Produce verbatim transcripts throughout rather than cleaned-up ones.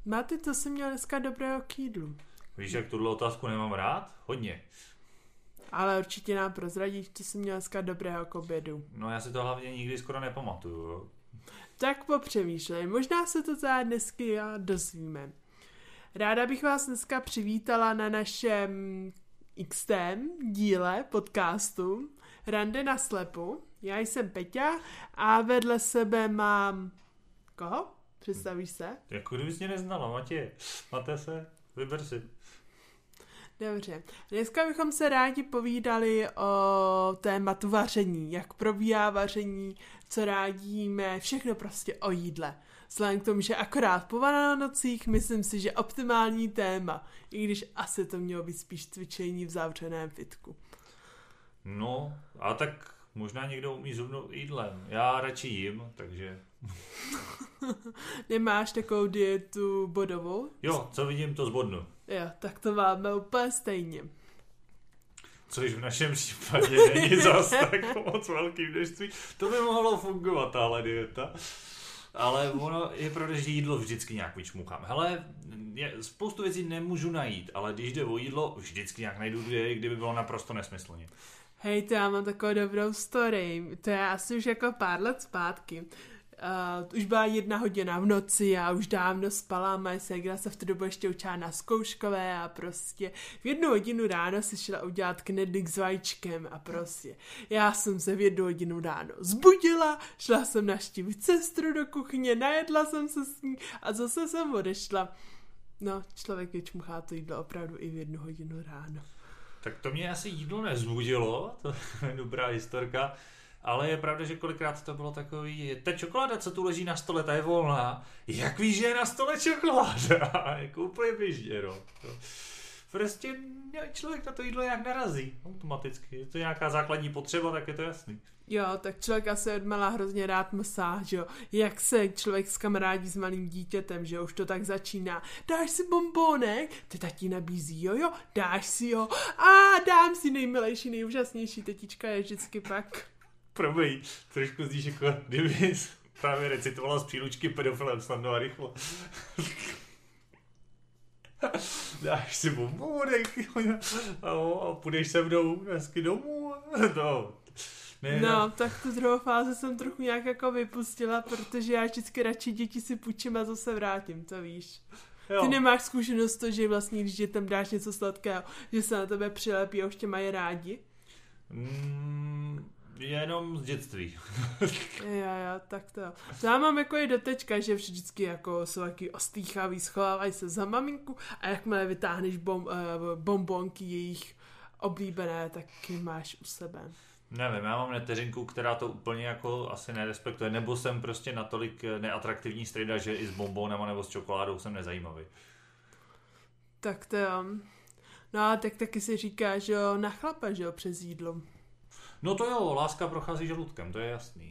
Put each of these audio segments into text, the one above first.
Máte, co jsi měl dneska dobrého k jídlu? Víš, jak tuhle otázku nemám rád? Hodně. Ale určitě nám prozradíš, co jsi měl dneska dobrého k obědu. No já si to hlavně nikdy skoro nepamatuju, jo. Tak popřemýšlej, možná se to teda dnesky dozvíme. Ráda bych vás dneska přivítala na našem X tém díle podcastu Rande na slepu. Já jsem Peťa a vedle sebe mám... Koho? Představíš se? Jako kdybys mě neznala, Matěj. Máte se? Vyber si. Dobře. Dneska bychom se rádi povídali o tématu vaření, jak probíhá vaření, co rádíme, všechno prostě o jídle. Vzhledem k tomu, že akorát po Vánocích, myslím si, že optimální téma, i když asi to mělo být spíš cvičení v zavřeném fitku. No, a tak možná někdo umí zubnout jídlem. Já radši jim, takže... Nemáš takovou dietu bodovou? Jo, co vidím, to zbodnu. Jo, tak to máme úplně stejně. Což v našem případě není zas tak moc velký množství. To by mohlo fungovat, tahle dieta. Ale ono je pravda, že jídlo vždycky nějak vyčmuchám. Hele, je, spoustu věcí nemůžu najít, ale když jde o jídlo, vždycky nějak najdu dvě, kdyby bylo naprosto nesmyslně. Hej, to já mám takovou dobrou story. To je asi už jako pár let zpátky. Uh, už byla jedna hodina v noci a už dávno spala, moje ségra se v tu dobu ještě učila na zkouškové a prostě v jednu hodinu ráno si šla udělat knedlík s vajíčkem a prostě já jsem se v jednu hodinu ráno zbudila, šla jsem navštívit sestru do kuchyně, najedla jsem se s ní a zase jsem odešla. No, člověk je čmuchá to jídlo opravdu i v jednu hodinu ráno. Tak to mě asi jídlo nezbudilo, to je dobrá historka. Ale je pravda, že kolikrát to bylo takový, ta čokoláda, co tu leží na stole, ta je volná. Jak víš, že je na stole čokoláda? Jako úplně běžně, no. Prostě člověk na to jídlo nějak narazí, automaticky. Je to nějaká základní potřeba, tak je to jasný. Jo, tak člověk asi odmala hrozně rád masáž, jo. Jak se člověk s kamarádí s malým dítětem, že už to tak začíná. Dáš si bonbónek? Ty tati nabízí, jo, jo, dáš si ho. A dám si nejmilejší, nejúžasnější, tetička je vždycky pak... Promiň, trošku zníš jako kdyby právě recitovala z příručky pedofilem snadno a rychlo. Dáš si bombónek a půjdeš se mnou hezky domů. No, ne, no, tak tu druhou fázi jsem trochu nějak jako vypustila, protože já vždycky radši děti si půjčím a zase vrátím, to víš. Jo. Ty nemáš zkušenost to, že vlastně, když dětem dáš něco sladkého, že se na tebe přilepí a už tě mají rádi? Mm. Jenom z dětství. jo, jo, tak to. To já mám jako i dotečka, že vždycky jako jsou taky ostýchavý, schovávají se za maminku a jakmile vytáhneš bom, uh, bombonky jejich oblíbené, tak je máš u sebe. Nevím, já mám neteřinku, která to úplně jako asi nerespektuje, nebo jsem prostě natolik neatraktivní strejda, že i s bombónama nebo s čokoládou jsem nezajímavý. Tak to jo. No a tak taky si říká, že jo, na chlapa, že jo, přes jídlo. No to jo, láska prochází žaludkem, to je jasný.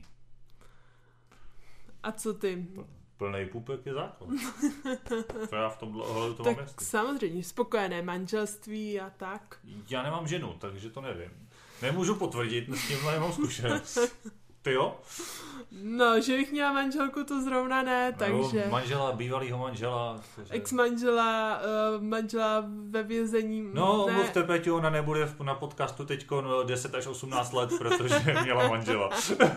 A co ty? Plnej pupek je základ. To já v tomhle ohledu to tak mám jasný. Samozřejmě, spokojené manželství a tak. Já nemám ženu, takže to nevím. Nemůžu potvrdit, s tímhle nemám zkušenost. Ty jo? No, že bych měla manželku, to zrovna ne, no, takže... Manžela, bývalýho manžela. Takže... Ex-manžela, uh, manžela ve vězení. No, ne. mluvte, Peťo, ona nebude na podcastu teďko no, deset až osmnáct let, protože měla manžela.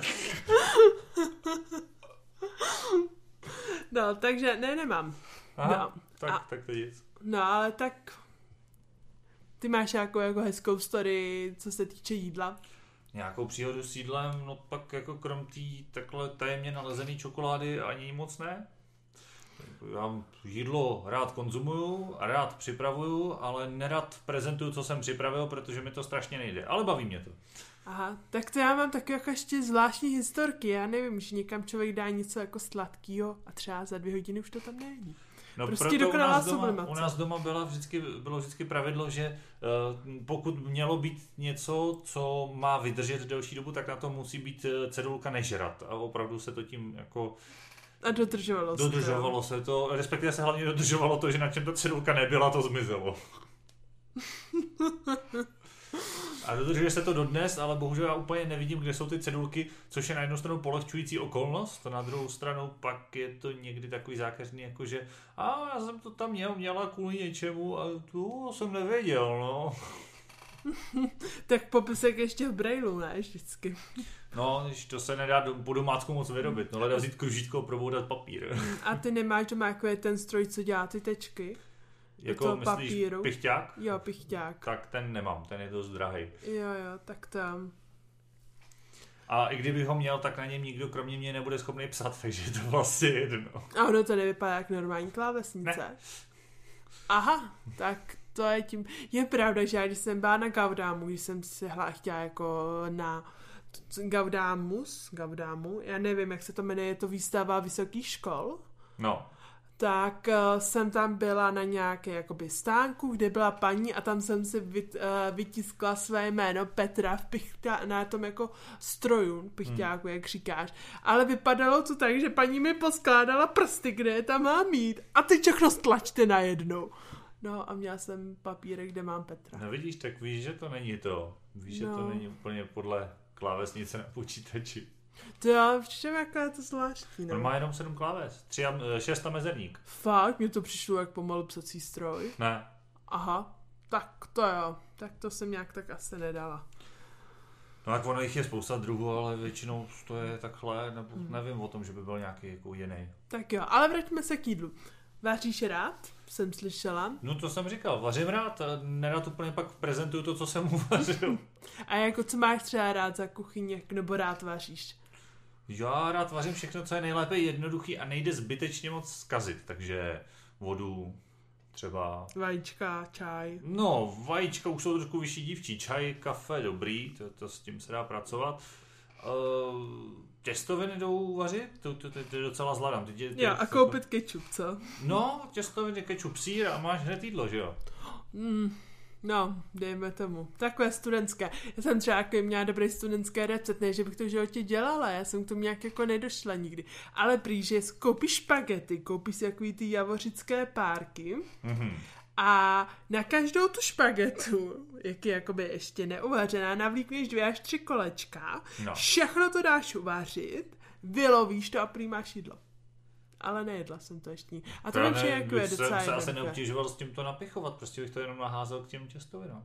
No, takže ne, nemám. Aha, no. tak, a, tak to nic. No, ale tak... Ty máš jako, jako hezkou story, co se týče jídla? Nějakou příhodu s jídlem, no pak jako krom té takhle tajemně nalezený čokolády ani moc ne. Já jídlo rád konzumuju a rád připravuju, ale nerad prezentuju, co jsem připravil, protože mi to strašně nejde, ale baví mě to. Aha, tak to já mám taky jako ještě zvláštní historky, já nevím, že někam člověk dá něco jako sladkýho a třeba za dvě hodiny už to tam není. No, prostě dokonalá sublimace. U nás doma byla vždycky, bylo vždycky pravidlo, že uh, pokud mělo být něco, co má vydržet delší dobu, tak na to musí být cedulka nežrat. A opravdu se to tím jako... A dodržovalo, dodržovalo se to. se to. Respektive se hlavně dodržovalo to, že na čem ta cedulka nebyla, to zmizelo. A dodržuje se to dodnes, ale bohužel já úplně nevidím, kde jsou ty cedulky, což je na jednu stranu polehčující okolnost, na druhou stranu pak je to někdy takový zákeřný, jakože a já jsem to tam měl, měla kvůli něčemu a to jsem nevěděl, no. Tak popisek ještě v brailu, ne, vždycky. No, když to se nedá do, po domácku moc vyrobit, no, leda vzít kružítko a proboudat papír. A ty nemáš doma jako je ten stroj, co dělá ty tečky? Jako toho myslíš papíru. pichťák? Jo, pichťák. Tak ten nemám, ten je dost drahý. Jo, jo, tak tam. A i kdyby ho měl, tak na něm nikdo kromě mě nebude schopný psat, takže je to vlastně jedno. A ono to nevypadá jak normální klávesnice. Ne. Aha, tak to je tím. Je pravda, že já když jsem byla na Gaudámu, když jsem si hla, chtěla jako na Gaudámus, Gaudámu, já nevím, jak se to jmenuje, je to výstava vysokých škol. No. Tak uh, jsem tam byla na nějaké jakoby stánku, kde byla paní a tam jsem si vyt, uh, vytiskla své jméno Petra v pichťá, na tom jako stroju, pichťáku, hmm. jak říkáš. Ale vypadalo to tak, že paní mi poskládala prsty, kde je tam mám mít. A ty všechno stlačte najednou. No a měla jsem papírek, kde mám Petra. No vidíš, tak víš, že to není to. Víš, no. že to není úplně podle klávesnice na počítači. To já všem, jako je to zvláštní, no. On má jenom sedm kláves, tři a, šest a mezerník. Fakt? Mně to přišlo jak pomalu psací stroj. Ne. Aha, tak to jo. Tak to jsem nějak tak asi nedala. No tak ono jich je spousta druhů, ale většinou to je takhle, nebo hmm. nevím o tom, že by byl nějaký jako jiný. Tak jo, ale vraťme se k jídlu. Vaříš rád? Jsem slyšela. No to jsem říkal, vařím rád, nerad úplně pak prezentuju to, co jsem uvařil. A jako co máš třeba rád za kuchyně, nebo rád vaříš? Já rád vařím všechno, co je nejlépe jednoduchý a nejde zbytečně moc zkazit, takže vodu, třeba... Vajíčka, čaj. No, vajíčka už jsou trošku vyšší dívčí, čaj, kafe, dobrý, to, to s tím se dá pracovat. Uh, těstoviny jdou vařit, to, to, to, to je docela zvládám. Ty, ty, ty, jo, a koupit kečup, co? No, těstoviny, kečup, sír a máš hned jídlo, že jo? Mm, no, dejme tomu. Takové studentské. Já jsem třeba jako měla dobrý studentský recept, ne, že bych to v životě dělala, já jsem k tomu nějak jako nedošla nikdy. Ale prý, že koupíš špagety, koupíš si takový ty javořické párky, mm-hmm. A na každou tu špagetu, jak je jakoby ještě neuvařená, navlíkneš dvě až tři kolečka, no. Všechno to dáš uvařit, vylovíš to a prý máš jídlo. Ale nejedla jsem to ještě. A to nevím, jak je docela jsem se asi neobtěžoval s tím to napichovat, prostě bych to jenom naházel k těm těstovinám.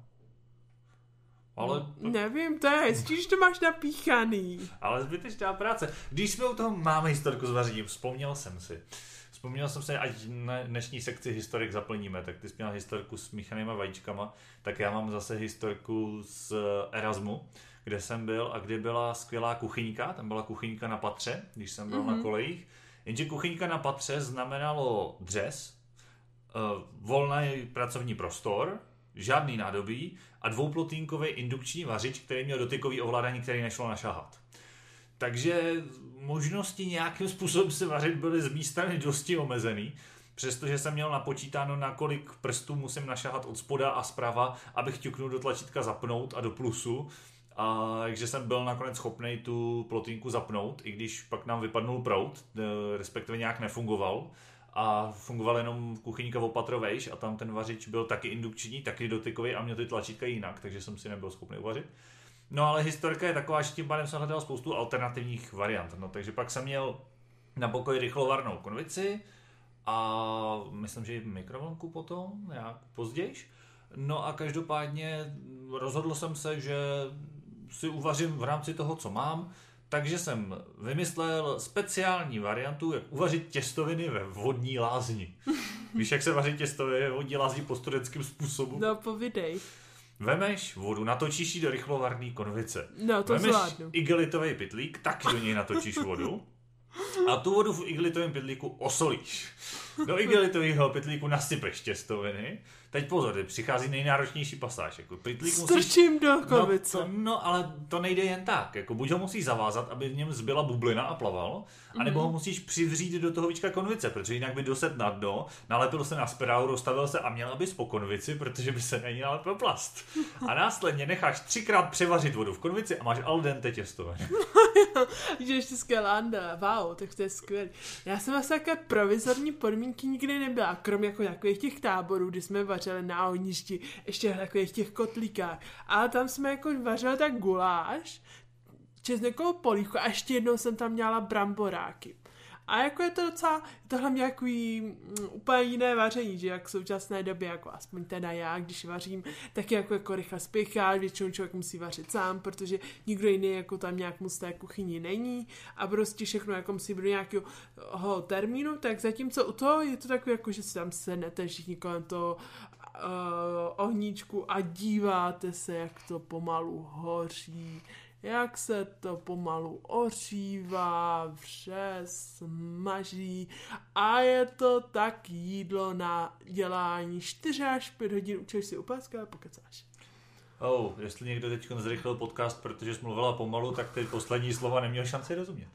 Ale to... Nevím, to je hezčí, že to máš napíchaný. Ale zbytečná práce. Když jsme u toho máme historku s vařením, vzpomněl jsem si. Vzpomněl jsem se, ať na dnešní sekci historik zaplníme, tak ty jsi měl historku s míchanýma vajíčkama, tak já mám zase historku z Erasmu, kde jsem byl a kde byla skvělá kuchyňka, tam byla kuchyňka na patře, když jsem byl mm-hmm. na kolejích, jenže kuchyňka na patře znamenalo dřez, uh, volný pracovní prostor, žádný nádobí a dvouplotínkový indukční vařič, který měl dotykový ovládání, který nešlo našahat. Takže možnosti nějakým způsobem se vařit byly z mé strany dosti omezený, přestože jsem měl napočítáno, na kolik prstů musím našahat od spoda a zprava, abych ťuknul do tlačítka zapnout a do plusu. A takže jsem byl nakonec schopný tu plotínku zapnout, i když pak nám vypadnul proud, respektive nějak nefungoval. A fungoval jenom kuchyňka opatrovejš a tam ten vařič byl taky indukční, taky dotykový a měl ty tlačítka jinak, takže jsem si nebyl schopný uvařit. No ale historka je taková, že tím pádem jsem hledal spoustu alternativních variant. No takže pak jsem měl na pokoji rychlovarnou konvici a myslím, že i mikrovlnku potom, nějak pozdějiš. No a každopádně rozhodl jsem se, že si uvařím v rámci toho, co mám, takže jsem vymyslel speciální variantu, jak uvařit těstoviny ve vodní lázni. Víš, jak se vaří těstoviny ve vodní lázni po studentském způsobu? No, povidej. Vemeš vodu, natočíš ji do rychlovarné konvice. No, to Vemeš zvládnu. igelitový pytlík, taky do něj natočíš vodu. A tu vodu v igelitovém pytlíku osolíš. Do igelitového pytlíku nasypeš těstoviny. Teď pozor, teď přichází nejnáročnější pasáž. Jako pytlík musíš... Strčím do konvice. No, to, no, ale to nejde jen tak. Jako, buď ho musíš zavázat, aby v něm zbyla bublina a plaval, anebo mm. ho musíš přivřít do toho víčka konvice, protože jinak by doset na dno, nalepil se na spirálu, rozstavil se a měla bys po konvici, protože by se na ní nalepil plast. A následně necháš třikrát převařit vodu v konvici a máš al dente těstoviny. Že ještě skvělá, wow, tak to je skvělé. Já jsem asi také provizorní podmínky nikdy nebyla, kromě jako takových těch táborů, kdy jsme vařili na ohništi, ještě v takových těch kotlíkách. Ale tam jsme jako vařili tak guláš, česnekovou polívku a ještě jednou jsem tam měla bramboráky. A jako je to docela, je to hlavně takový mm, úplně jiné vaření, že jak v současné době, jako aspoň teda já, když vařím, tak jako, jako rychle spěchá, většinou člověk musí vařit sám, protože nikdo jiný jako tam nějak moc té kuchyni není a prostě všechno jako musí být do nějakého termínu, tak zatímco u toho je to takový jako, že si tam sednete všichni kolem toho uh, ohníčku a díváte se, jak to pomalu hoří, jak se to pomalu ohřívá, vře, smaží a je to tak jídlo na dělání čtyři až pět hodin, učíš si upásky a pokecáš. Oh, jestli někdo teď zrychlil podcast, protože jsi mluvila pomalu, tak ty poslední slova neměl šanci rozumět.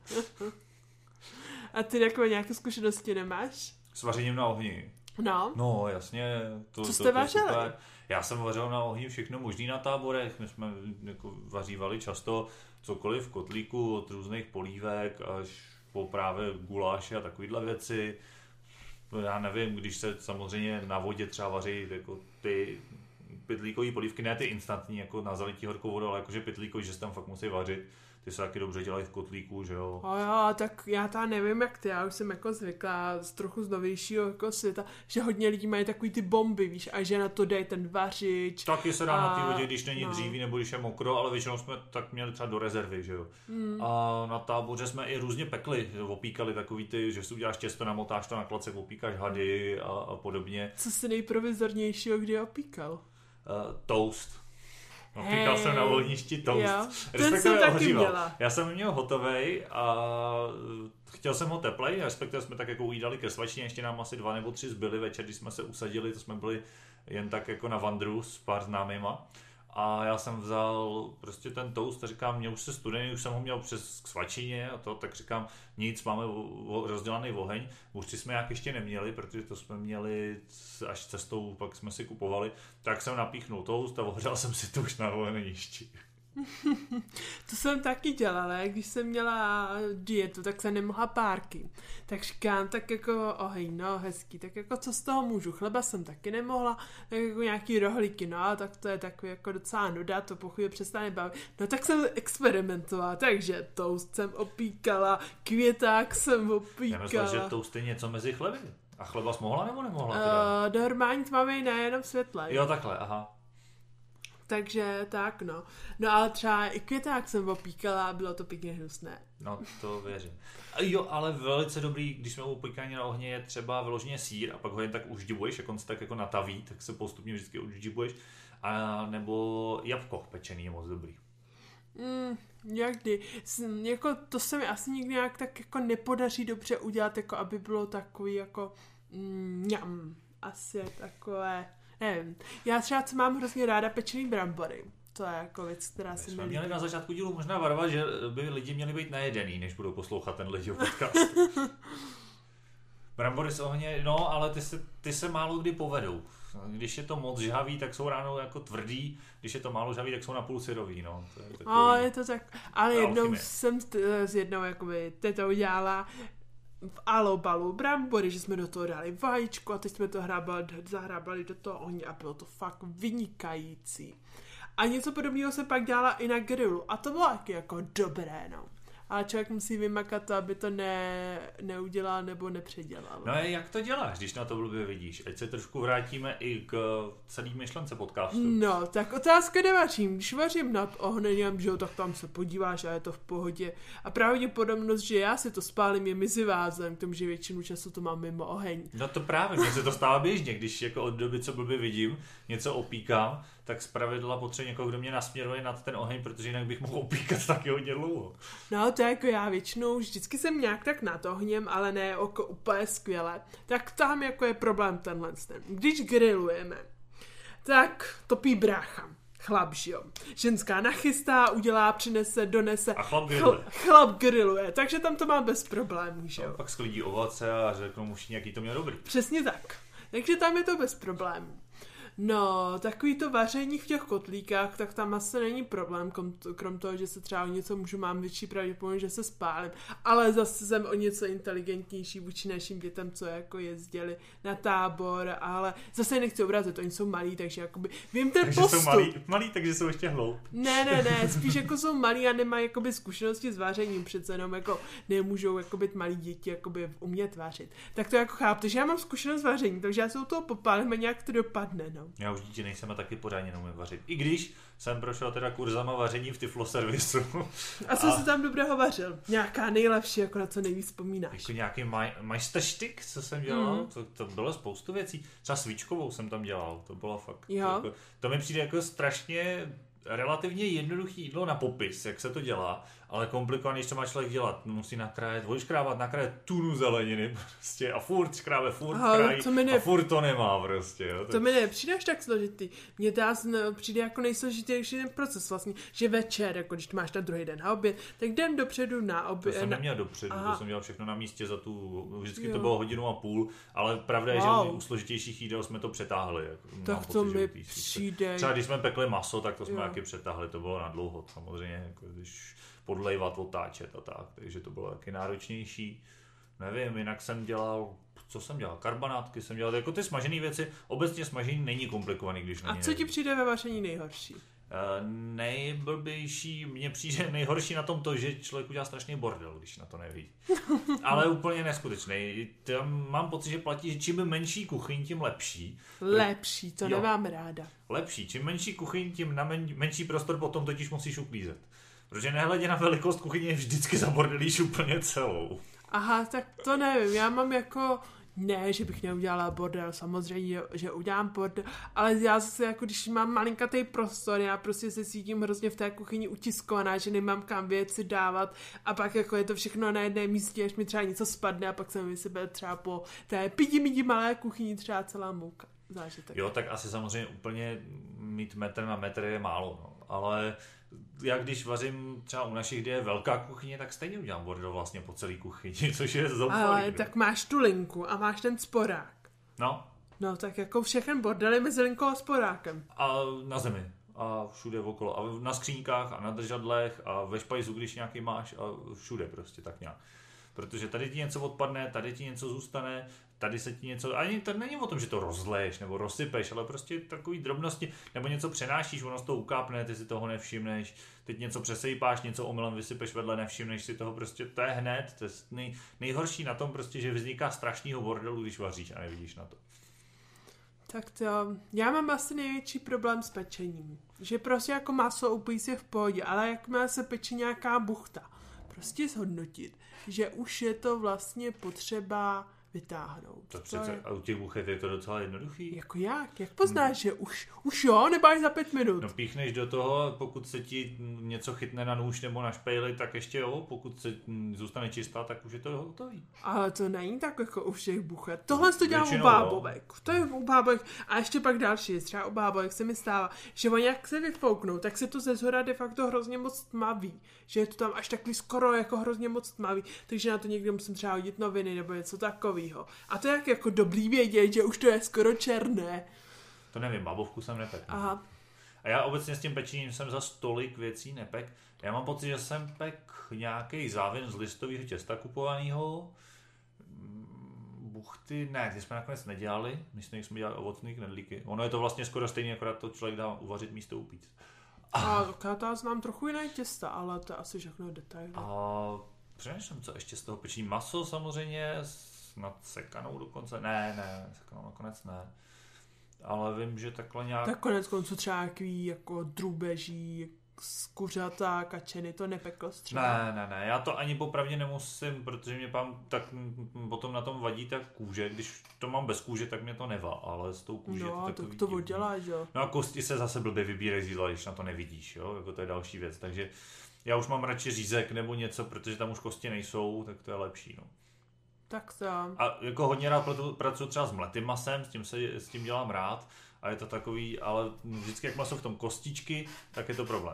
A ty takové nějaké zkušenosti nemáš? S vařením na ohni. No. No, jasně. To, Co to, jste to, vařili? Super. Já jsem vařil na ohni všechno možný na táborech. My jsme jako vařívali často cokoliv v kotlíku, od různých polívek až po právě guláše a takovýhle věci. Já nevím, když se samozřejmě na vodě třeba vaří jako ty pytlíkové polívky, ne ty instantní, jako na zalití horkou vodu, ale jakože pytlíkový, že se tam fakt musí vařit. Ty se taky dobře dělají v kotlíku, že jo? O jo, tak já ta nevím jak ty, já už jsem jako zvyklá z trochu z novějšího jako světa, že hodně lidí mají takový ty bomby, víš, a že na to dají ten vařič. Taky se dá a... na té vodě, když není no. dříví nebo když je mokro, ale většinou jsme tak měli třeba do rezervy, že jo? Hmm. A na táboře jsme i různě pekli, opíkali takový ty, že si uděláš těsto, namotáš to na klacek, opíkáš hady a, a podobně. Co jsi nejprovizornějšího kdy opíkal? Uh, toast. Opíkal hey, jsem na ohništi toast. Ten jsem taky měla. Já jsem měl hotovej a chtěl jsem ho teplej, respektive jsme tak jako ujídali ke svačině, ještě nám asi dva nebo tři zbyly večer, když jsme se usadili, to jsme byli jen tak jako na vandru s pár známýma. A já jsem vzal prostě ten toast a říkám, mě už se studený, už jsem ho měl přes k svačině a to, tak říkám, nic, máme rozdělaný oheň, buřty jsme jak ještě neměli, protože to jsme měli až cestou, pak jsme si kupovali, tak jsem napíchnul toast a ohřel jsem si to už na ohništi. To jsem taky dělala, když jsem měla dietu, tak jsem nemohla párky. Tak říkám, tak jako oheň, no hezký, tak jako co z toho můžu, chleba jsem taky nemohla, tak jako nějaký rohlíky, no tak to je takový jako docela nuda, to po chvíli přestane bavit. No tak jsem experimentovala, takže toast jsem opíkala, květák jsem opíkala. Já myslím, že toast je něco mezi chleby. A chleba jsi mohla nebo nemohla? Uh, normální tmavý, ne, jenom světlej. Jo, takhle, aha. Takže tak, no. No ale třeba i květák jsem opíkala a bylo to pěkně hnusné. No, to věřím. A jo, ale velice dobrý, když jsme u opíkání na ohně, je třeba vyloženě sýr a pak ho jen tak uždibuješ, jak on se tak jako nataví, tak se postupně vždycky uždibuješ. A nebo jabko pečený je moc dobrý. Mm, někdy. Jako, to se mi asi nikdy nějak tak jako nepodaří dobře udělat, jako aby bylo takový jako mm, mňam, asi takové... Nevím. Já třeba co mám hrozně ráda pečený brambory. To je jako věc, která se mi líbí. Měli na začátku dílu možná varovat, že by lidi měli být najedený, než budou poslouchat ten Liďův podcast. Brambory z ohně, no, ale ty se, ty se málo kdy povedou. Když je to moc žhavý, tak jsou ráno jako tvrdý, když je to málo žhavý, tak jsou napůl syrový, no. To je takový... No, je to tak, ale jednou alchymie. Jsem s jednou jakoby teta udělala v alobalu brambory, že jsme do toho dali vajíčko a teď jsme to hrábali, zahrábali do toho ohně a bylo to fakt vynikající. A něco podobného se pak dělala i na grilu a to bylo taky jako dobré, no. Ale člověk musí vymakat to, aby to ne, neudělal nebo nepředělal. No a jak to děláš, když na to blbě vidíš? Ať se trošku vrátíme i k celý myšlence podcastu. No, tak otázka nevařím. Když vařím nad ohněm, že jo, tak tam se podíváš a je to v pohodě. A pravděpodobnost, že já si to spálím, je mizivázem, k tomu, že většinu času to mám mimo oheň. No to právě, mně se to stává běžně, když jako od doby, co blbě vidím, něco opíkám, tak zpravidla potřebuji někoho, kdo mě nasměruje nad ten oheň, protože jinak bych mohl opíkat taky hodně dlouho. No to je jako já většinou, vždycky jsem nějak tak nad ohněm, ale ne jako úplně skvěle. Tak tam jako je problém tenhle ten. Když grillujeme, tak topí brácha. Chlap, že jo. Ženská nachystá, udělá, přinese, donese. A chlap grilluje. Chl- chlap grilluje, takže tam to má bez problémů, že jo. A pak sklidí ovoce a řeknou mu, jaký to měl dobrý. Přesně tak. Takže tam je to bez problémů. No, takový to vaření v těch kotlíkách, tak tam asi není problém, krom toho, že se třeba o něco můžu, mám větší pravděpodobnost, že se spálím, ale zase jsem o něco inteligentnější vůči našim dětem, co jako jezdili na tábor, ale zase nechci obrazit, oni jsou malí, takže jakoby vím ten takže postup. Jsou malí, malí, takže jsou ještě hloupí. Ne, ne, ne, spíš jako jsou malí a nemají jakoby zkušenosti s vařením, přece jenom jako nemůžou jako být malí děti jakoby umět vařit. Tak to jako chápu, takže já mám zkušenost s vařením, takže já se u toho popálím a nějak to dopadne, no. Já už dítě nejsem a taky pořádně neumím vařit. I když jsem prošel teda kurzama vaření v Tiflo servisu. A co a... jsi tam dobrého vařil? Nějaká nejlepší, jako na co nejvíc vzpomínáš? Jako nějaký maj, majsterštyk, co jsem dělal, mm. to, to bylo spoustu věcí. Třeba svíčkovou jsem tam dělal, to bylo fakt. To, jako, to mi přijde jako strašně relativně jednoduchý jídlo na popis, jak se to dělá, ale komplikovaný, když to má člověk dělat. Musí nakrájet, odškrávat, nakrájet tunu zeleniny prostě a furt škrábe, furt Aha, krají ne... a furt to nemá prostě. Jo. To mi nepřijde až tak složitý. Mně to přijde jako nejsložitější ten proces vlastně, že večer, jako když máš na druhý den na oběd, tak den dopředu na oběd. To jsem na... neměl dopředu, Aha. to jsem dělal všechno na místě za tu, vždycky jo. to bylo hodinu a půl, ale pravda je, wow. že u složitějších jídel jsme to přetáhli. Jako, tak to mi přijde. Třeba když jsme pekli maso, tak to jsme taky přetáhli, to bylo na dlouho samozřejmě, jako když podlejvat, otáčet a tak, takže to bylo taky náročnější. Nevím, jinak jsem dělal, co jsem dělal, karbanátky jsem dělal, jako ty smažené věci, obecně smažení není komplikovaný, když není. A co ti přijde ve vaření nejhorší? Uh, nejblbější, mně přijde nejhorší na tom to, že člověk udělá strašný bordel, když na to neví. Ale úplně neskutečný. Tam mám pocit, že platí, že čím menší kuchyň, tím lepší. Lepší, to jo. nemám ráda. Lepší, čím menší kuchyň, tím na men, menší prostor potom totiž musíš uklízet. Protože nehledě na velikost kuchyně vždycky zabordelíš úplně celou. Aha, tak to nevím, já mám jako, ne, že bych neudělala bordel, samozřejmě, že udělám bordel, ale já zase jako, když mám malinkatý prostor, já prostě se cítím hrozně v té kuchyni utiskovaná, že nemám kam věci dávat a pak jako je to všechno na jedné místě, až mi třeba něco spadne a pak jsem vysebel třeba po té pidi malé kuchyni třeba celá mouka. Zážitek. Jo, tak asi samozřejmě úplně mít metr na metr je málo, no. Ale já když vařím třeba u našich, kde je velká kuchyně, tak stejně udělám bordel vlastně po celé kuchyni, což je zoufalý. Ale tak máš tu linku a máš ten sporák. No. No tak jako všechen bordel je mezi linkou a sporákem. A na zemi. A všude okolo. A na skřínkách a na držadlech a ve špajzu, když nějaký máš a všude prostě tak nějak. Protože tady ti něco odpadne, tady ti něco zůstane, tady se ti něco, ani to není o tom, že to rozleješ nebo rozsypeš, ale prostě takový drobnosti, nebo něco přenášíš, ono z toho ukápne, ty si toho nevšimneš, teď něco přesejpáš, něco omylem vysypeš vedle, nevšimneš si toho, prostě to je hned, to je nej, nejhorší na tom prostě, že vzniká strašnýho bordelu, když vaříš a nevidíš na to. Tak to, já mám asi největší problém s pečením, že prostě jako maso úplně si v pohodě, ale jakmile se peče nějaká buchta, prostě zhodnotit, že už je to vlastně potřeba vytáhnout. To přece, je... A u těch buchet je to docela jednoduchý. Jako jak? Jak poznáš, hmm. že už, už jo, nebo až za pět minut? No píchneš do toho, pokud se ti něco chytne na nůž nebo na špejli, tak ještě jo, pokud se zůstane čistá, tak už je to hotový. Ale to není tak jako u všech buchet. Tohle to dělám u bábovek. Jo. To je u bábovek. A ještě pak další, třeba u bábovek se mi stává, že oni jak se vyfouknou, tak se to ze zhora de facto hrozně moc tmaví. Že je to tam až takový skoro jako hrozně moc tmavý. Takže na to někdy musím třeba hodit noviny nebo něco takového. A to je jak jako dobrý vědět, že už to je skoro černé. To nevím, bábovku jsem nepek. Aha. A já obecně s tím pečením jsem za stolik věcí nepek. Já mám pocit, že jsem pek nějaký závin z listového těsta kupovaného. Buchty, ne, ty jsme nakonec nedělali. My jsme dělali ovocný knedlíky. Ono je to vlastně skoro stejný, akorát to člověk dá uvařit místo upít. A já znám trochu jiné těsta, ale to je asi všechno detaily. A přemýšlím, co ještě z toho pečení. Maso samozřejmě, snad sekanou dokonce. Ne, ne, sekanou nakonec ne. Ale vím, že takhle nějak... Tak konec konců třeba jaký jako drůbeží, kuřata, kačeny, to nepekl třeba. Ne, ne, ne, já to ani popravdě nemusím, protože mě pám, tak potom na tom vadí ta kůže, když to mám bez kůže, tak mě to nevá, ale s tou kůží no, je to takový... No, to odděláš, jo. No a kosti se zase blbě vybírají z jídla, když na to nevidíš, jo, jako to je další věc, takže já už mám radši řízek nebo něco, protože tam už kosti nejsou, tak to je lepší, no. Tak to. A jako hodně rád pracuji třeba s mletým masem, s tím, se, s tím dělám rád a je to takový, ale vždycky jak maso v tom kostičky, tak je to problém.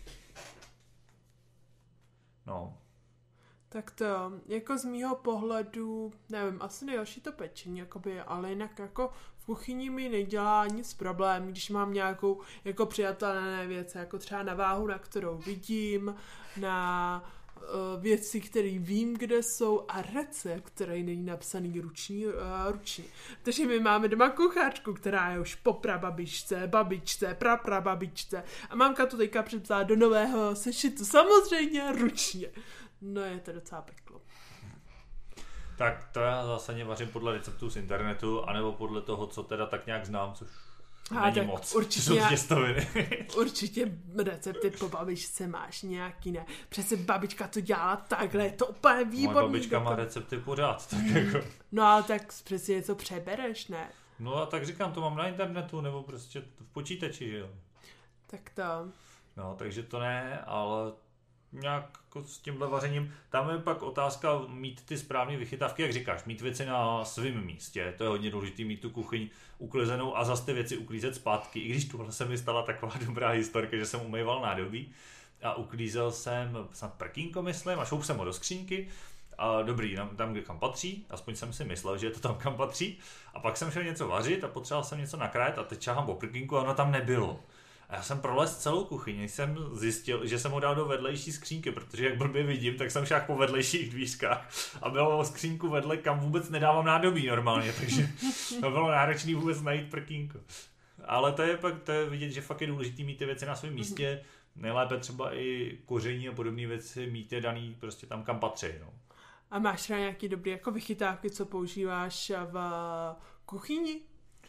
No. Tak to, jako z mýho pohledu, nevím, asi nejhorší to pečení, jakoby, ale jinak jako kuchyni mi nedělá nic problém, když mám nějakou jako přijatelné věc, jako třeba na váhu, na kterou vidím, na uh, věci, které vím, kde jsou a recept, který není napsaný ruční, uh, ručně. Takže my máme doma kuchařku, která je už po prababičce, babičce, praprababičce a mamka to teďka přepsala do nového sešitu, samozřejmě ručně. No je to docela peklo. Tak to já zásadně vařím podle receptů z internetu, anebo podle toho, co teda tak nějak znám, což a není tak moc. Určitě, těstoviny. určitě recepty po babičce máš nějaký, ne? Přece babička to dělala takhle, je to úplně výborný. Moje babička má recepty pořád, tak jako. No ale tak přeci něco přebereš, ne? No a tak říkám, to mám na internetu, nebo prostě v počítači, že jo. Tak to. No, takže to ne, ale nějak jako s tímhle vařením. Tam je pak otázka mít ty správné vychytávky, jak říkáš, mít věci na svém místě. To je hodně důležité, mít tu kuchyň uklizenou a zase ty věci uklízet zpátky. I když tuhle se mi stala taková dobrá historka, že jsem umýval nádobí a uklízel jsem snad prkínko, myslím, a šoup jsem ho do skřínky. A dobrý, tam, kde kam patří, aspoň jsem si myslel, že je to tam, kam patří. A pak jsem šel něco vařit a potřeboval jsem něco nakrájet a teď čáhám po prkínku a ono tam nebylo. A já jsem prolez celou kuchyni, jsem zjistil, že jsem ho dal do vedlejší skřínky, protože jak blbě vidím, tak jsem šel po vedlejších dvířkách a bylo skřínku vedle, kam vůbec nedávám nádobí normálně, takže to bylo náročné vůbec najít prkínko. Ale to je pak to je vidět, že fakt je důležité mít ty věci na svém místě, nejlépe třeba i koření a podobné věci mít je daný prostě tam, kam patří. No. A máš třeba nějaký dobrý jako vychytávky, co používáš v kuchyni?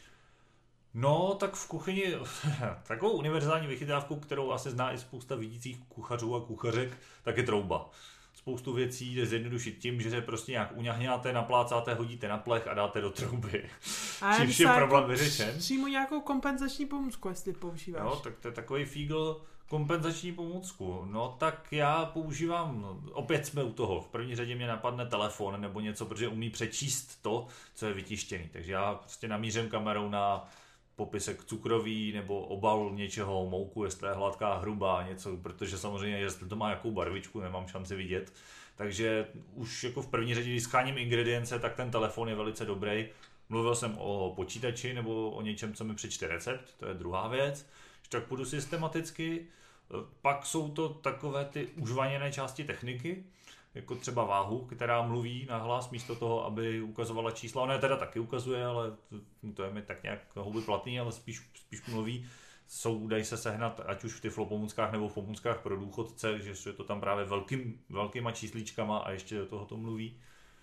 No, tak v kuchyni takovou univerzální vychytávku, kterou asi zná i spousta vidících kuchařů a kuchařek, tak je trouba. Spoustu věcí jde zjednodušit tím, že se prostě nějak uňahňáte, naplácáte, hodíte na plech a dáte do trouby. Čímž je problém jako vyřešen. Přímo nějakou kompenzační pomůcku, jestli používáš. No, tak to je takový fígl kompenzační pomůcku. No, tak já používám, opět jsme u toho, v první řadě mě napadne telefon nebo něco, protože umí přečíst to, co je vytištěný. Takže já prostě namířím kamerou na popisek cukrový nebo obal něčeho, mouku, jestli je hladká, hrubá, něco, protože samozřejmě, jestli to má jakou barvičku, nemám šanci vidět. Takže už jako v první řadě, když scháním ingredience, tak ten telefon je velice dobrý. Mluvil jsem o počítači nebo o něčem, co mi přečte recept, to je druhá věc. Když tak půjdu systematicky. Pak jsou to takové ty užvaněné části techniky, jako třeba váhu, která mluví nahlas místo toho, aby ukazovala čísla. Ona je teda taky ukazuje, ale to, to je mi tak nějak houby platný, ale spíš, spíš mluví. Jsou, dají se sehnat, ať už v tyflo pomůckách nebo v pomůckách pro důchodce, že je to tam právě velkým, velkýma čísličkama a ještě do toho to mluví.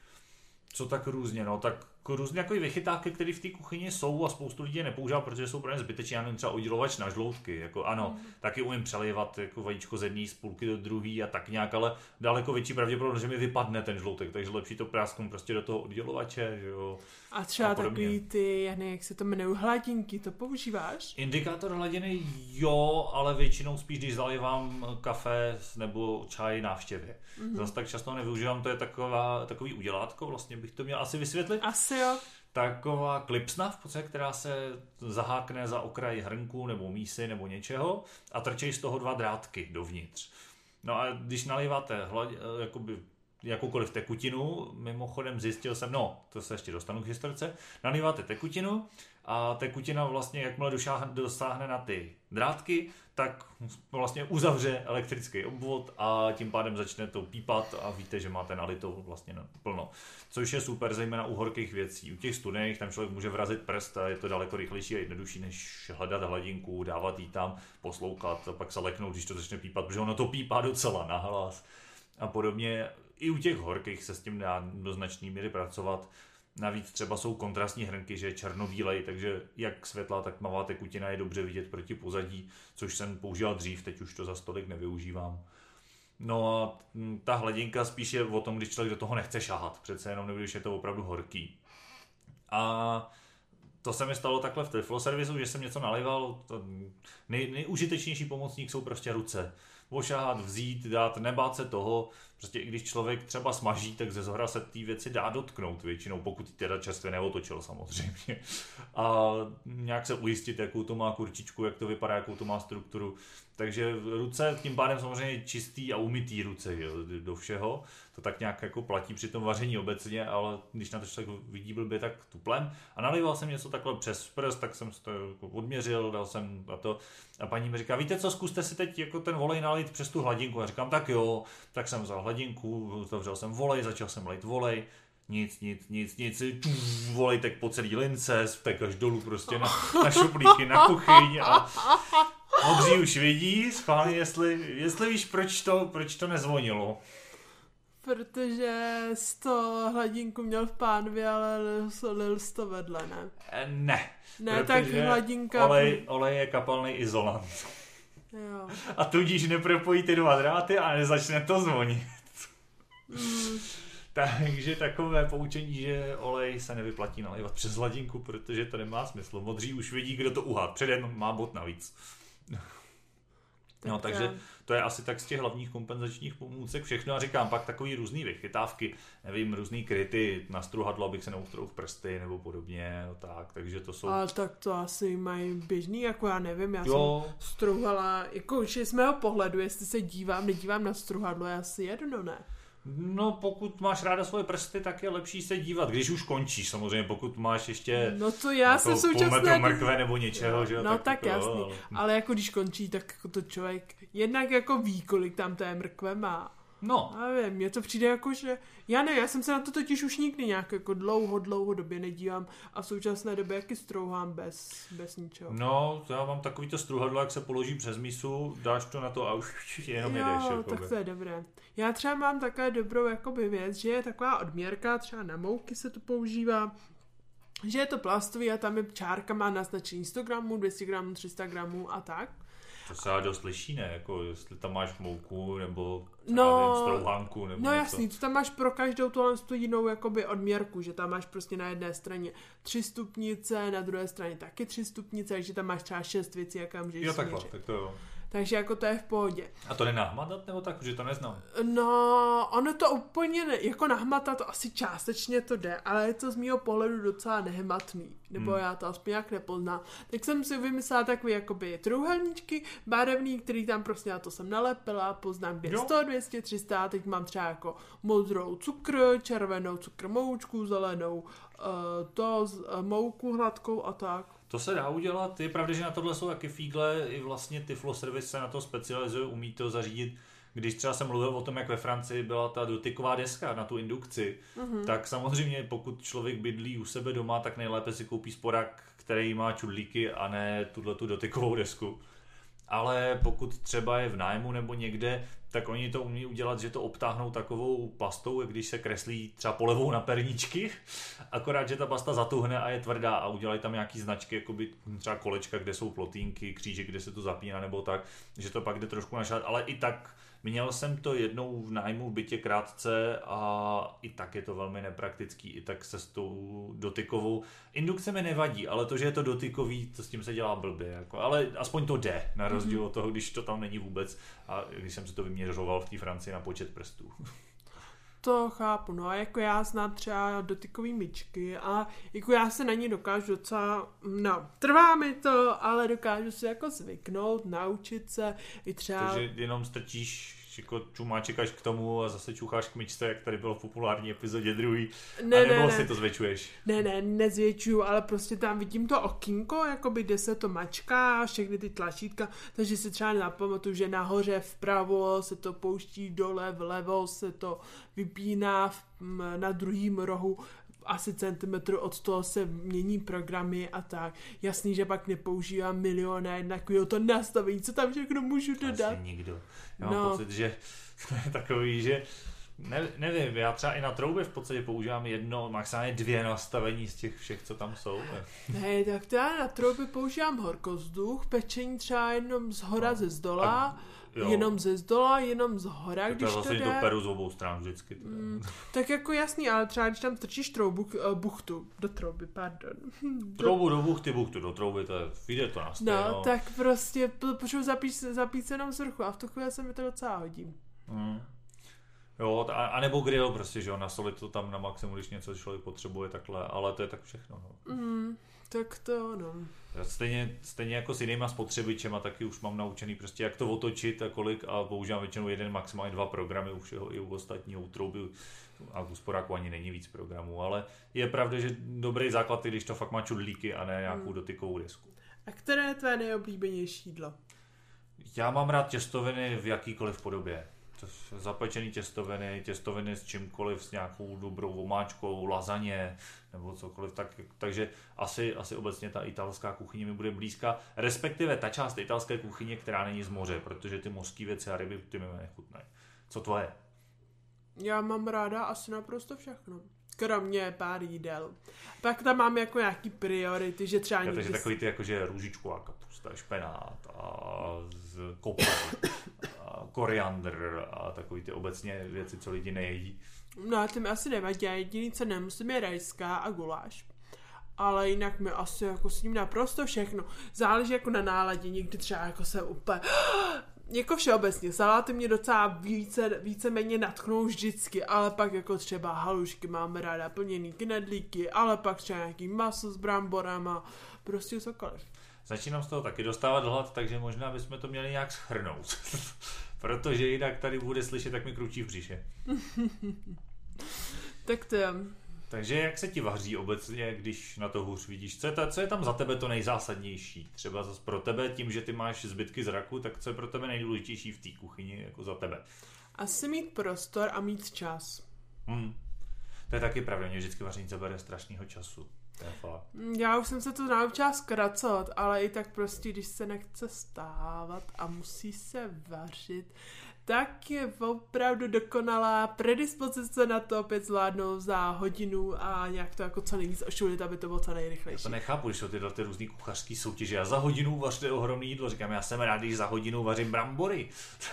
Co tak různě, no, tak různě jako vychytávky, které v té kuchyni jsou a spoustu lidí je nepoužívá, protože jsou pro ně zbytečné, já nevím, třeba oddělovač na žloutky, jako ano, mm. taky umím přelévat jako vajíčko z jedné spůlky do druhé a tak nějak, ale daleko větší pravděpodobnost, že mi vypadne ten žloutek, takže lepší to prásknout prostě do toho oddělovače, že jo. A třeba a takový ty, já nevím, jak se to jmenuje, hladinky, to používáš? Indikátor hladiny jo, ale většinou spíš, když zalévám kafe nebo čaj návštěvě. Mm-hmm. Zase tak často nevyužívám, to je taková, takový udělátko, vlastně bych to měl asi vysvětlit. Asi jo. Taková klipsna, v podstatě, která se zahákne za okraj hrnku nebo mísy nebo něčeho a trčí z toho dva drátky dovnitř. No a když nalíváte hlad, jakoby jakoukoliv tekutinu, mimochodem zjistil jsem, no, to se ještě dostanu k historce, nalíváte tekutinu a tekutina vlastně, jakmile dosáhne na ty drátky, tak vlastně uzavře elektrický obvod a tím pádem začne to pípat a víte, že máte nalito vlastně plno. Což je super, zejména u horkých věcí. U těch studených tam člověk může vrazit prst a je to daleko rychlejší a jednodušší, než hledat hladinku, dávat jí tam, poslouchat a pak se leknout, když to začne pípat, protože ono to pípá docela nahlas a podobně. I u těch horkých se s tím dá do značné míry pracovat. Navíc třeba jsou kontrastní hrnky, že je černobílej, takže jak světlá, tak tmavá tekutina je dobře vidět proti pozadí, což jsem používal dřív, teď už to za stolik nevyužívám. No a ta hladinka spíš je o tom, když člověk do toho nechce šahat, přece jenom nebo když je to opravdu horký. A to se mi stalo takhle v Tiflo servisu, že jsem něco nalival, nej, nejužitečnější pomocník jsou prostě ruce. Ošahat, vzít, dát, nebát se toho, prostě i když člověk třeba smaží, tak ze zhora se ty věci dá dotknout většinou, pokud teda čerstvě neotočil samozřejmě. A nějak se ujistit, jakou to má kurčičku, jak to vypadá, jakou to má strukturu. Takže ruce tím pádem samozřejmě čistý a umytý ruce, jo, do všeho. To tak nějak jako platí při tom vaření obecně, ale když na to člověk vidí blbě, tak tuplem. A nalival jsem něco takhle přes prst, tak jsem to jako odměřil, dal jsem na to. A paní mi říká, víte co, zkuste si teď jako ten volej nalit přes tu hladinku. A říkám, tak jo, tak jsem vzal hladinku, zavřel jsem volej, začal jsem lejt volej. Nic, nic, nic, nic, čuf, volej tak po celý lince, tak až dolů prostě na, na šuplíky, na kuchyň a Modří už vidí, schválně, jestli, jestli víš, proč to, proč to nezvonilo. Protože z to hladinku měl v pánvi, ale lil to vedle, ne? Ne. Ne, tak hladinka... Olej, olej je kapalný izolant. Jo. A tudíž nepropojí ty dva dráty a nezačne to zvonit. Mm. Takže takové poučení, že olej se nevyplatí nalévat přes hladinku, protože to nemá smysl. Modří už vidí, kdo to uhad. Předem má bod navíc. No, takže to je asi tak z těch hlavních kompenzačních pomůcek všechno a říkám pak takový různý vychytávky, nevím, různý kryty na struhadlo, abych se neutrouhl v prsty nebo podobně, no tak, takže to jsou... Ale tak to asi mají běžný, jako já nevím, já jo. jsem struhala, jako už z mého pohledu, jestli se dívám, nedívám na struhadlo, je asi jedno, ne? No, pokud máš ráda svoje prsty, tak je lepší se dívat, když už končíš, samozřejmě, pokud máš ještě no to já se současně... půl metru mrkve nebo něčeho, no, že jo? No tak, tak to, jasný, ale... ale jako když končí, tak jako to člověk jednak jako ví, kolik tam té mrkve má. No. Já nevím, mně to přijde jako, že... Já ne, já jsem se na to totiž už nikdy nějak jako dlouho, dlouho době nedívám a v současné době jaký strouhám bez, bez ničeho. No, já mám takový to struhadlo, jak se položí přes mísu, dáš to na to a už jenom jo, jedeš. Jo, tak to je dobré. Já třeba mám také dobrou jakoby věc, že je taková odměrka, třeba na mouky se to používá, že je to plastový a tam je čárka, má naznačení sto gramů, dvě stě gramů, tři sta gramů a tak. To se ale dost liší, ne? Jako jestli tam máš mouku nebo no, strouhánku nebo no něco. jasný, to tam máš pro každou tohle tu jinou jakoby odměrku, že tam máš prostě na jedné straně tři stupnice, na druhé straně taky tři stupnice, takže tam máš třeba šest věcí, jaká můžeš jo, takhle, směřit. tak to jo. Takže jako to je v pohodě. A to jde nahmatat nebo tak, že to neznám? No, ono to úplně ne, jako nahmatat to asi částečně to jde, ale je to z mýho pohledu docela nehmatný. Nebo hmm. já to aspoň jak nepoznám. Tak jsem si vymyslela takový jakoby trůhelníčky barevný, který tam prostě na to jsem nalepila, poznám kde sto, dvě stě, tři sta, teď mám třeba jako modrou cukr, červenou cukr moučku, zelenou uh, to, uh, mouku hladkou a tak. To se dá udělat, je pravda, že na tohle jsou taky fígle, i vlastně Tiflo Service se na to specializuje, umí to zařídit. Když třeba jsem mluvil o tom, jak ve Francii byla ta dotyková deska na tu indukci, mm-hmm. tak samozřejmě pokud člověk bydlí u sebe doma, tak nejlépe si koupí sporák, který má čudlíky a ne tuhletu dotykovou desku. Ale pokud třeba je v nájmu nebo někde, tak oni to umí udělat, že to obtáhnou takovou pastou, jak když se kreslí třeba polevou na perníčky, akorát, že ta pasta zatuhne a je tvrdá a udělají tam nějaký značky, jakoby třeba kolečka, kde jsou plotínky, křížek, kde se to zapíná nebo tak, že to pak jde trošku našat, ale i tak měl jsem to jednou v nájmu v bytě krátce a i tak je to velmi nepraktický, i tak se s tou dotykovou indukce mi nevadí, ale to, že je to dotykový, to s tím se dělá blbě, jako, ale aspoň to jde, na rozdíl mm-hmm. od toho, když to tam není vůbec a když jsem si to vyměřoval v té Francii na počet prstů. To chápu, no a jako já znám třeba dotykový myčky a jako já se na ně dokážu docela, no trvá mi to, ale dokážu se jako zvyknout, naučit se i třeba... Takže jenom strčíš jako čumáček až k tomu a zase čucháš k myčce, jak tady bylo v populární epizodě druhý, ne, a nebo ne, si ne. to zvětšuješ? Ne, ne, nezvětšuju, ale prostě tam vidím to okýnko, jakoby kde se to mačká, všechny ty tlačítka, takže si třeba napamatuju, že nahoře vpravo se to pouští, dole vlevo se to vypíná, v, na druhým rohu asi centimetru od toho se mění programy a tak. Jasný, že pak nepoužívám milion a jednakového to nastavení, co tam všechno můžu dodat. Asi nikdo. Já mám no. pocit, že to je takový, že ne, nevím, já třeba i na troubě v podstatě používám jedno, maximálně dvě nastavení z těch všech, co tam jsou. Ne, ne tak to já na troubě používám horkozduch, pečení třeba jenom z hora no. ze zdola, a, jenom ze zdola, jenom z hora, tak když to vlastně jde. to peru z obou stran vždycky. Mm, tak jako jasný, ale třeba když tam strčíš troubu, uh, buchtu, do trouby, pardon. Troubu do buchty, buchtu do trouby, to je, vyjde to na stejno. No, tak prostě potřebuji zapít, zapít se jenom z vrchu a v tu chvíli se mi to docela hodí. Mm. Jo, a, a nebo grill prostě, že jo, nasolit to tam na maximum, když něco člověk potřebuje takhle, ale to je tak všechno. No. Mm, Tak to no. Stejně, stejně jako s jinýma spotřebičema, taky už mám naučený prostě jak to otočit a kolik a používám většinou jeden, maximálně dva programy u všeho i u ostatního u trouby a u sporáku ani není víc programů, ale je pravda, že dobrý základ je, když to fakt má čudlíky a ne nějakou hmm. dotykovou desku. A které je tvé nejoblíbenější jídlo? Já mám rád těstoviny v jakýkoliv podobě. Zapečený těstoviny, těstoviny s čímkoliv, s nějakou dobrou omáčkou, lazaně nebo cokoliv, tak, takže asi, asi obecně ta italská kuchyně mi bude blízká, respektive ta část italské kuchyně, která není z moře, protože ty mořské věci a ryby ty mi nechutnají. Co tvoje? Já mám ráda asi naprosto všechno. Kromě pár jídel. Pak tam mám jako nějaký priority, že třeba... Já, takže někdy... takový ty jakože růžičková kapusta, špenát a kopr, a koriandr a takový ty obecně věci, co lidi nejedí. No a ty mi asi nevadí, jediný, co nemusím, je rajská a guláš. Ale jinak mi asi jako s ním naprosto všechno. Záleží jako na náladě, někdy třeba jako se úplně... Jako všeobecně, saláty mě docela více, víceméně natknou vždycky, ale pak jako třeba halušky máme ráda, plněný knedlíky, ale pak třeba nějaký maso s bramborama, prostě cokoliv. Začínám z toho taky dostávat hlad, takže možná bychom to měli nějak shrnout. Protože jinak tady bude slyšet, jak mi kručí v břiše. Tak to je. Takže jak se ti vaří obecně, když na to hůř vidíš? Co je, ta, co je tam za tebe to nejzásadnější? Třeba zase pro tebe, tím, že ty máš zbytky zraku, tak co je pro tebe nejdůležitější v té kuchyni, jako za tebe? Asi mít prostor a mít čas. Hmm. To je taky pravda, mě vždycky vaření bere strašného času. To je fakt. Já už jsem se to naučila zkracovat, ale i tak prostě, když se nechce stávat a musí se vařit, tak je opravdu dokonalá predispozice na to opět zvládnout za hodinu a nějak to jako co nejvíc ošulit, aby to bylo co nejrychlejší. Já to nechápu, když jsou tyhle ty různý kuchařský soutěže. Já za hodinu vařte ohromný jídlo, říkám, já jsem rád, když za hodinu vařím brambory.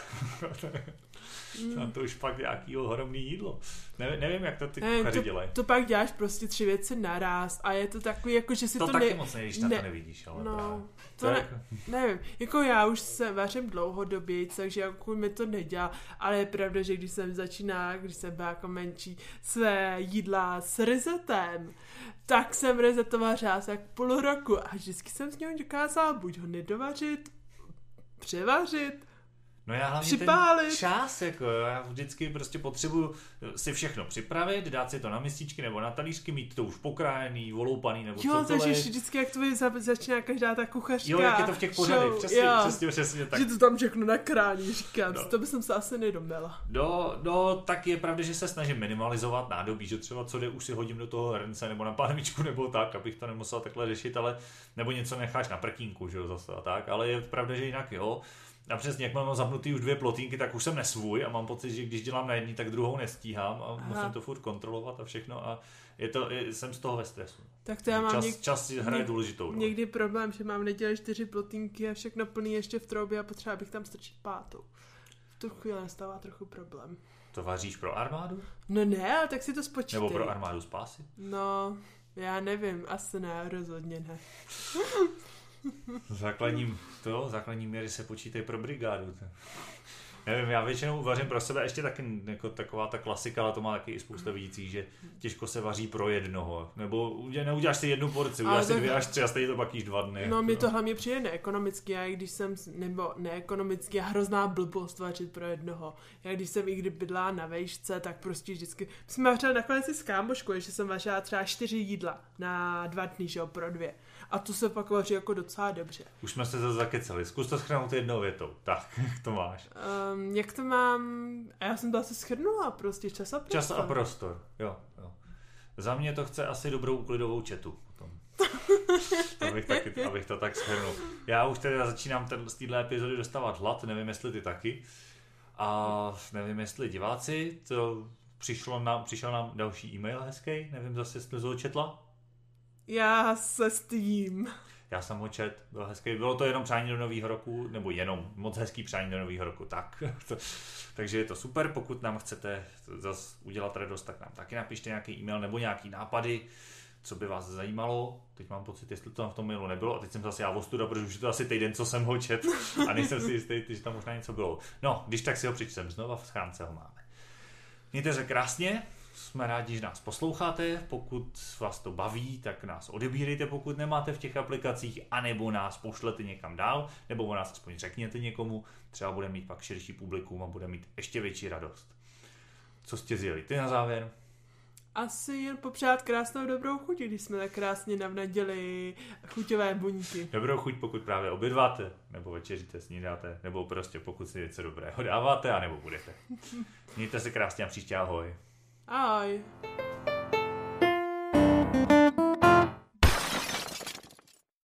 Tam to už pak nějaký ohromný jídlo. Ne, nevím, jak to ty ne, kuchaři to, dělají. To pak děláš prostě tři věci naraz a je to takový, jako že si to... to... To taky ne... moc nevíš, ne... na to nevidíš, ale no, právě. To, to ne... jako... nevím, jako já už se vařím dlouhodobě, takže jako mi to nedělá, ale je pravda, že když jsem začíná, když jsem byla jako menší, své jídla s rizetem, tak jsem rizeto vařila asi jak půl roku a vždycky jsem s něho dokázala buď ho nedovařit, převařit, No já hlavně připálit. Ten čas, jako já vždycky prostě potřebuju si všechno připravit, dát si to na mističky nebo na talířky, mít to už pokrájený, voloupaný nebo jo, cokoliv. Jo, takže vždycky jak to začíná každá ta kuchařka. Jo, jak je to v těch pořadech, přesně, přesně, přesně tak. Že to tam všechno nakrání, říkám, no. To by jsem se asi nedomela. No, no, tak je pravda, že se snažím minimalizovat nádobí, že třeba co jde, už si hodím do toho hrnce nebo na pánvičku nebo tak, abych to nemusel takhle řešit, ale nebo něco necháš na prkínku, že jo, zase a tak, ale je pravda, že jinak jo. A přesně, jak mám zapnutý už dvě plotínky, tak už jsem nesvůj a mám pocit, že když dělám na jedný, tak druhou nestíhám a Aha. musím to furt kontrolovat a všechno a je to, je, jsem z toho ve stresu. Tak to já mám čas, něk... čas hraje něk... důležitou. No. Někdy problém, že mám nedělej čtyři plotínky a všechno plný ještě v troubě a potřeba bych tam strčit pátou. V tu chvíli nastává trochu problém. To vaříš pro armádu? No ne, ale tak si to spočítej. Nebo pro armádu spásy? No, já nevím, asi ne, rozhodně ne. Základním, to, základní míry se počítají pro brigádu. Nevím, já většinou vařím pro sebe, ještě taky jako taková ta klasika, ale to má taky i spousta vidících, že těžko se vaří pro jednoho. Nebo neuděláš si jednu porci, uděláš si dvě až tři a stejně to pak jíš dva dny. No mi to hlavně přijde neekonomicky, já když jsem, nebo neekonomicky a hrozná blbost vařit pro jednoho. Já když jsem i kdy bydlá na vejšce, tak prostě vždycky, jsme vařili nakonec si s kámoškou, že jsem vařila třeba čtyři jídla na dva dny, že jo, pro dvě. A to se pak vaří jako docela dobře. Už jsme se zase zakecali. Zkus to shrnout jednou větou. Tak, jak to máš? Um, jak to mám? A já jsem to asi shrnula, prostě čas a prostor. Čas a prostor, jo. jo. Za mě to chce asi dobrou uklidovou četu. Potom. abych, taky, abych to tak shrnul. Já už teda začínám ten, z téhle epizody dostávat hlad, nevím, jestli ty taky. A nevím, jestli diváci, to přišlo nám, přišel nám další e-mail hezký, nevím zase, jestli jsi ho četla. Já se stým. Já jsem ho čet, byl hezký. Bylo to jenom přání do nového roku, nebo jenom moc hezký přání do nového roku, tak. Takže je to super, pokud nám chcete zase udělat radost, tak nám taky napište nějaký e-mail nebo nějaký nápady, co by vás zajímalo. Teď mám pocit, jestli to tam v tom mailu nebylo, a teď jsem zase já ostuda, protože už je to asi týden, co jsem ho čet a nejsem si jistý, že tam možná něco bylo. No, když tak si ho přečtem znova, v schránce ho máme. Mějte se krásně, jsme rádi, že nás posloucháte. Pokud vás to baví, tak nás odebírejte, pokud nemáte v těch aplikacích, anebo nás pošlete někam dál, nebo o nás aspoň řekněte někomu. Třeba bude mít pak širší publikum a bude mít ještě větší radost. Co jste zjeli ty na závěr? Asi jen popřát krásnou dobrou chuť, když jsme tak krásně navnadili chuťové buňky. Dobrou chuť, pokud právě obědváte, nebo večeříte, snídáte, nebo prostě pokud si něco dobrého dáváte, anebo budete. Mějte se krásně a příště ahoj. Ahoj.